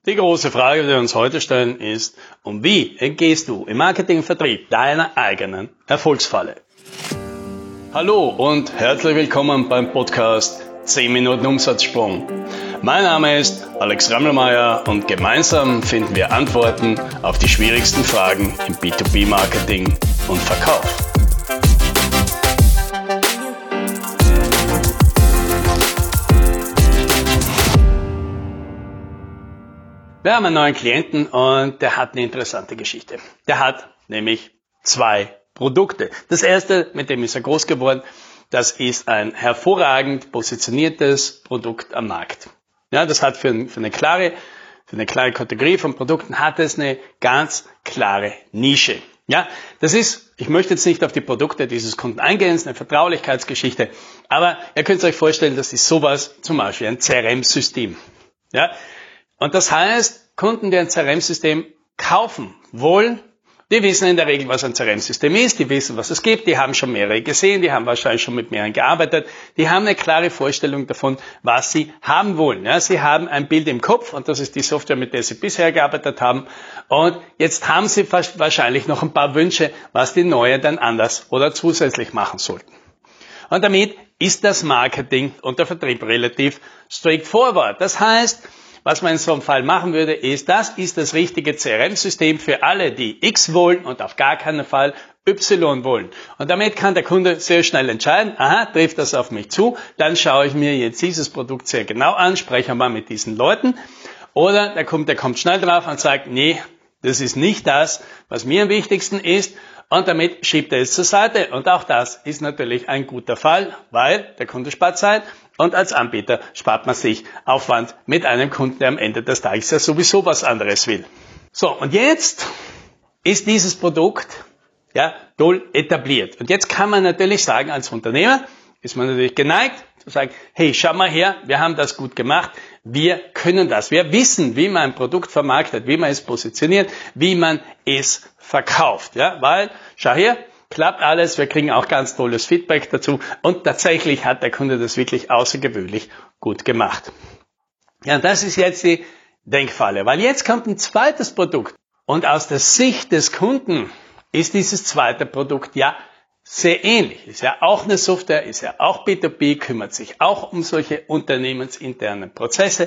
Die große Frage, die wir uns heute stellen, ist, und wie entgehst du im Marketing und Vertrieb deiner eigenen Erfolgsfalle? Hallo und herzlich willkommen beim Podcast 10 Minuten Umsatzsprung. Mein Name ist Alex Rammelmeier und gemeinsam finden wir Antworten auf die schwierigsten Fragen im B2B-Marketing und Verkauf. Wir haben einen neuen Klienten und der hat eine interessante Geschichte. Der hat nämlich 2 Produkte. Das erste, mit dem ist er groß geworden, das ist ein hervorragend positioniertes Produkt am Markt. Ja, das hat für eine klare Kategorie von Produkten hat es eine ganz klare Nische. Ja, das ist, ich möchte jetzt nicht auf die Produkte dieses Kunden eingehen, es ist eine Vertraulichkeitsgeschichte, aber ihr könnt euch vorstellen, das ist sowas, zum Beispiel ein CRM-System. Ja, und das heißt, Kunden, die ein CRM-System kaufen wollen, die wissen in der Regel, was ein CRM-System ist, die wissen, was es gibt, die haben schon mehrere gesehen, die haben wahrscheinlich schon mit mehreren gearbeitet, die haben eine klare Vorstellung davon, was sie haben wollen. Ja, sie haben ein Bild im Kopf und das ist die Software, mit der sie bisher gearbeitet haben. Und jetzt haben sie wahrscheinlich noch ein paar Wünsche, was die neue dann anders oder zusätzlich machen sollten. Und damit ist das Marketing und der Vertrieb relativ straightforward. Das heißt, was man in so einem Fall machen würde, ist, das ist das richtige CRM-System für alle, die X wollen und auf gar keinen Fall Y wollen. Und damit kann der Kunde sehr schnell entscheiden, aha, trifft das auf mich zu, dann schaue ich mir jetzt dieses Produkt sehr genau an, spreche mal mit diesen Leuten. Oder der kommt schnell drauf und sagt, nee, das ist nicht das, was mir am wichtigsten ist. Und damit schiebt er es zur Seite. Und auch das ist natürlich ein guter Fall, weil der Kunde spart Zeit. Und als Anbieter spart man sich Aufwand mit einem Kunden, der am Ende des Tages ja sowieso was anderes will. So, und jetzt ist dieses Produkt ja toll etabliert. Und jetzt kann man natürlich sagen, als Unternehmer ist man natürlich geneigt zu sagen, hey, schau mal her, wir haben das gut gemacht, wir können das. Wir wissen, wie man ein Produkt vermarktet, wie man es positioniert, wie man es verkauft. Ja, weil, schau her, klappt alles, wir kriegen auch ganz tolles Feedback dazu und tatsächlich hat der Kunde das wirklich außergewöhnlich gut gemacht. Ja, und das ist jetzt die Denkfalle, weil jetzt kommt ein zweites Produkt und aus der Sicht des Kunden ist dieses zweite Produkt ja sehr ähnlich. Ist ja auch eine Software, ist ja auch B2B, kümmert sich auch um solche unternehmensinternen Prozesse.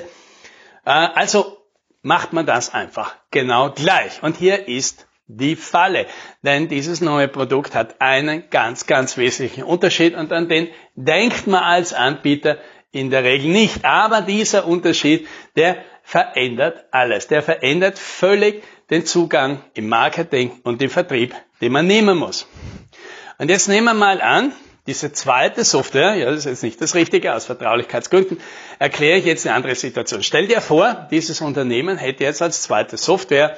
Also macht man das einfach genau gleich. Und hier ist die Falle, denn dieses neue Produkt hat einen ganz, ganz wesentlichen Unterschied und an den denkt man als Anbieter in der Regel nicht. Aber dieser Unterschied, der verändert alles. Der verändert völlig den Zugang im Marketing und im Vertrieb, den man nehmen muss. Und jetzt nehmen wir mal an, diese zweite Software, ja, das ist jetzt nicht das Richtige, aus Vertraulichkeitsgründen, erkläre ich jetzt eine andere Situation. Stell dir vor, dieses Unternehmen hätte jetzt als zweite Software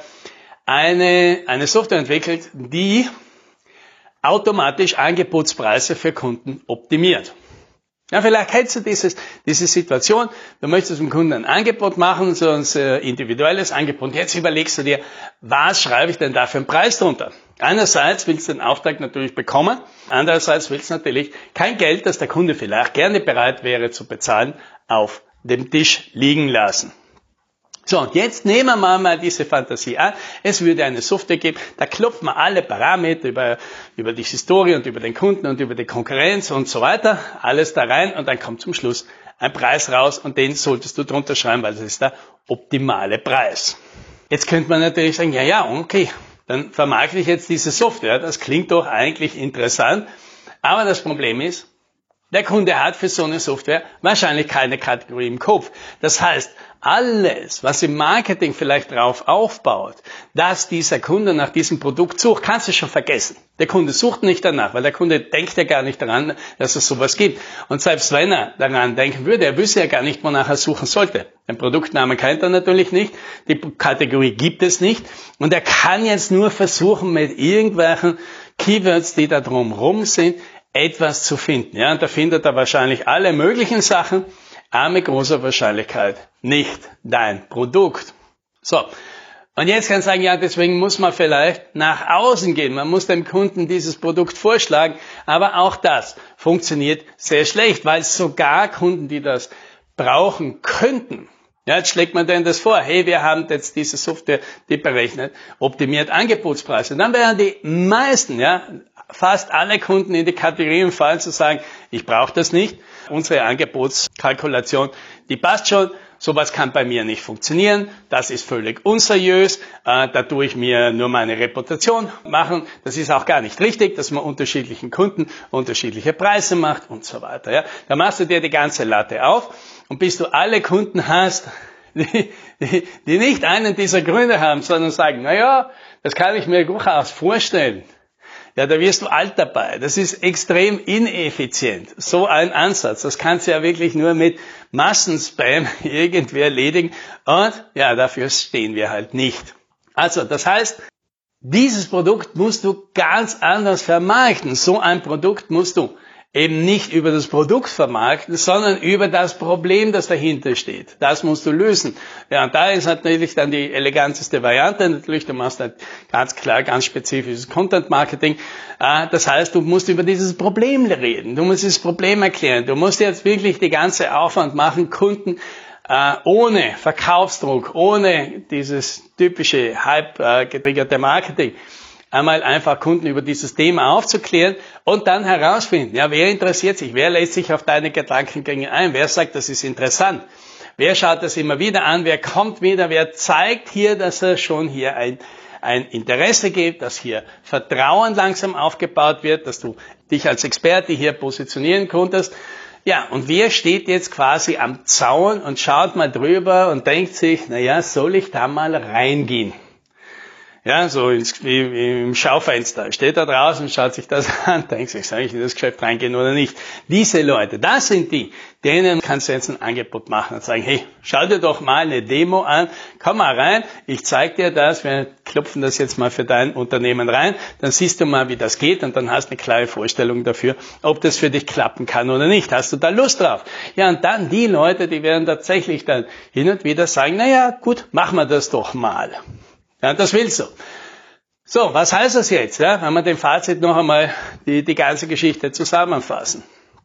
eine Software entwickelt, die automatisch Angebotspreise für Kunden optimiert. Ja, vielleicht kennst du diese Situation, du möchtest dem Kunden ein Angebot machen, so ein individuelles Angebot. Jetzt überlegst du dir, was schreibe ich denn da für einen Preis drunter? Einerseits willst du den Auftrag natürlich bekommen, andererseits willst du natürlich kein Geld, das der Kunde vielleicht gerne bereit wäre zu bezahlen, auf dem Tisch liegen lassen. So, und jetzt nehmen wir mal diese Fantasie an. Es würde eine Software geben, da klopft man alle Parameter über die Historie und über den Kunden und über die Konkurrenz und so weiter, alles da rein und dann kommt zum Schluss ein Preis raus und den solltest du drunter schreiben, weil das ist der optimale Preis. Jetzt könnte man natürlich sagen, ja, okay, dann vermarkte ich jetzt diese Software, das klingt doch eigentlich interessant, aber das Problem ist, der Kunde hat für so eine Software wahrscheinlich keine Kategorie im Kopf. Das heißt, alles, was im Marketing vielleicht drauf aufbaut, dass dieser Kunde nach diesem Produkt sucht, kannst du schon vergessen. Der Kunde sucht nicht danach, weil der Kunde denkt ja gar nicht daran, dass es sowas gibt. Und selbst wenn er daran denken würde, er wüsste ja gar nicht, wonach er suchen sollte. Den Produktnamen kennt er natürlich nicht, die Kategorie gibt es nicht und er kann jetzt nur versuchen, mit irgendwelchen Keywords, die da drumherum sind, etwas zu finden. Ja, und da findet er wahrscheinlich alle möglichen Sachen, aber mit großer Wahrscheinlichkeit nicht dein Produkt. So, und jetzt kann ich sagen, ja, deswegen muss man vielleicht nach außen gehen. Man muss dem Kunden dieses Produkt vorschlagen, aber auch das funktioniert sehr schlecht, weil sogar Kunden, die das brauchen könnten, Ja, jetzt schlägt man denen das vor. Hey, wir haben jetzt diese Software, die berechnet, optimiert Angebotspreise. Dann werden die meisten, ja, fast alle Kunden in die Kategorien fallen zu sagen, ich brauche das nicht. Unsere Angebotskalkulation, die passt schon. Sowas kann bei mir nicht funktionieren. Das ist völlig unseriös. Da tue ich mir nur meine Reputation machen. Das ist auch gar nicht richtig, dass man unterschiedlichen Kunden unterschiedliche Preise macht und so weiter. Ja. Da machst du dir die ganze Latte auf und bis du alle Kunden hast, die nicht einen dieser Gründe haben, sondern sagen, na ja, das kann ich mir durchaus vorstellen. Ja, da wirst du alt dabei. Das ist extrem ineffizient. So ein Ansatz. Das kannst du ja wirklich nur mit Massenspam irgendwie erledigen. Und ja, dafür stehen wir halt nicht. Also, das heißt, dieses Produkt musst du ganz anders vermarkten. So ein Produkt musst du eben nicht über das Produkt vermarkten, sondern über das Problem, das dahinter steht. Das musst du lösen. Ja, und da ist natürlich dann die eleganteste Variante. Natürlich, du machst halt ganz klar, ganz spezifisches Content Marketing. Das heißt, du musst über dieses Problem reden. Du musst dieses Problem erklären. Du musst jetzt wirklich die ganze Aufwand machen, Kunden ohne Verkaufsdruck, ohne dieses typische Hype-getriggerte Marketing, einmal einfach Kunden über dieses Thema aufzuklären und dann herausfinden, ja, wer interessiert sich, wer lässt sich auf deine Gedankengänge ein, wer sagt, das ist interessant, wer schaut das immer wieder an, wer kommt wieder, wer zeigt hier, dass er schon hier ein Interesse gibt, dass hier Vertrauen langsam aufgebaut wird, dass du dich als Experte hier positionieren konntest. Ja, und wer steht jetzt quasi am Zaun und schaut mal drüber und denkt sich, naja, soll ich da mal reingehen? Ja, so wie im Schaufenster. Steht da draußen, schaut sich das an, denkt sich, soll ich in das Geschäft reingehen oder nicht? Diese Leute, das sind die, denen kannst du jetzt ein Angebot machen und sagen, hey, schau dir doch mal eine Demo an, komm mal rein, ich zeig dir das, wir klopfen das jetzt mal für dein Unternehmen rein, dann siehst du mal, wie das geht und dann hast du eine klare Vorstellung dafür, ob das für dich klappen kann oder nicht. Hast du da Lust drauf? Ja, und dann die Leute, die werden tatsächlich dann hin und wieder sagen, naja, gut, machen wir das doch mal. Ja, das willst du. So, was heißt das jetzt? Ja, wenn wir dem Fazit noch einmal die ganze Geschichte zusammenfassen.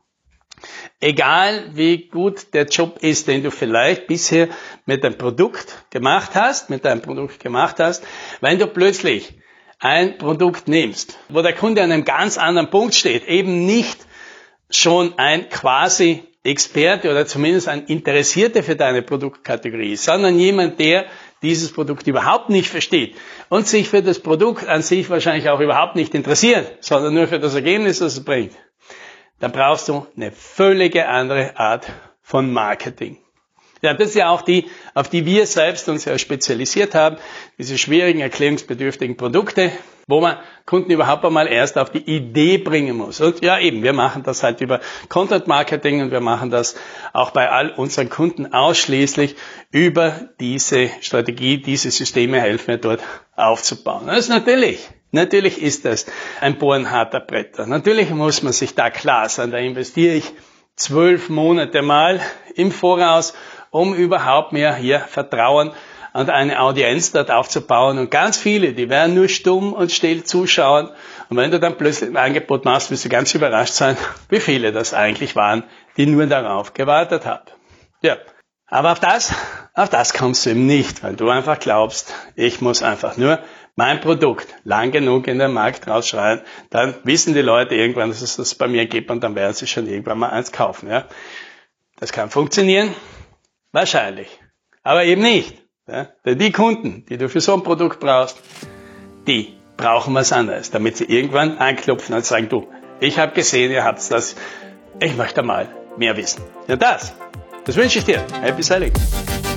Egal wie gut der Job ist, den du vielleicht bisher mit deinem Produkt gemacht hast, wenn du plötzlich ein Produkt nimmst, wo der Kunde an einem ganz anderen Punkt steht, eben nicht schon ein quasi Experte oder zumindest ein Interessierter für deine Produktkategorie, sondern jemand, der dieses Produkt überhaupt nicht versteht und sich für das Produkt an sich wahrscheinlich auch überhaupt nicht interessiert, sondern nur für das Ergebnis, das es bringt, dann brauchst du eine völlige andere Art von Marketing. Ja, das ist ja auch die, auf die wir selbst uns ja spezialisiert haben, diese schwierigen, erklärungsbedürftigen Produkte, wo man Kunden überhaupt einmal erst auf die Idee bringen muss. Und ja eben, wir machen das halt über Content Marketing und wir machen das auch bei all unseren Kunden ausschließlich über diese Strategie, diese Systeme helfen wir dort aufzubauen. Das ist natürlich ist das ein bohrenharter Bretter. Natürlich muss man sich da klar sein, da investiere ich 12 Monate mal im Voraus, um überhaupt mehr hier Vertrauen und eine Audienz dort aufzubauen. Und ganz viele, die werden nur stumm und still zuschauen. Und wenn du dann plötzlich ein Angebot machst, wirst du ganz überrascht sein, wie viele das eigentlich waren, die nur darauf gewartet haben. Ja, aber auf das kommst du eben nicht, weil du einfach glaubst, ich muss einfach nur mein Produkt lang genug in den Markt rausschreien, dann wissen die Leute irgendwann, dass es das bei mir gibt und dann werden sie schon irgendwann mal eins kaufen. Ja? Das kann funktionieren, wahrscheinlich, aber eben nicht. Ja? Denn die Kunden, die du für so ein Produkt brauchst, die brauchen was anderes, damit sie irgendwann anklopfen und sagen, du, ich habe gesehen, ihr habt das, ich möchte mal mehr wissen. Ja, das wünsche ich dir. Happy Selling.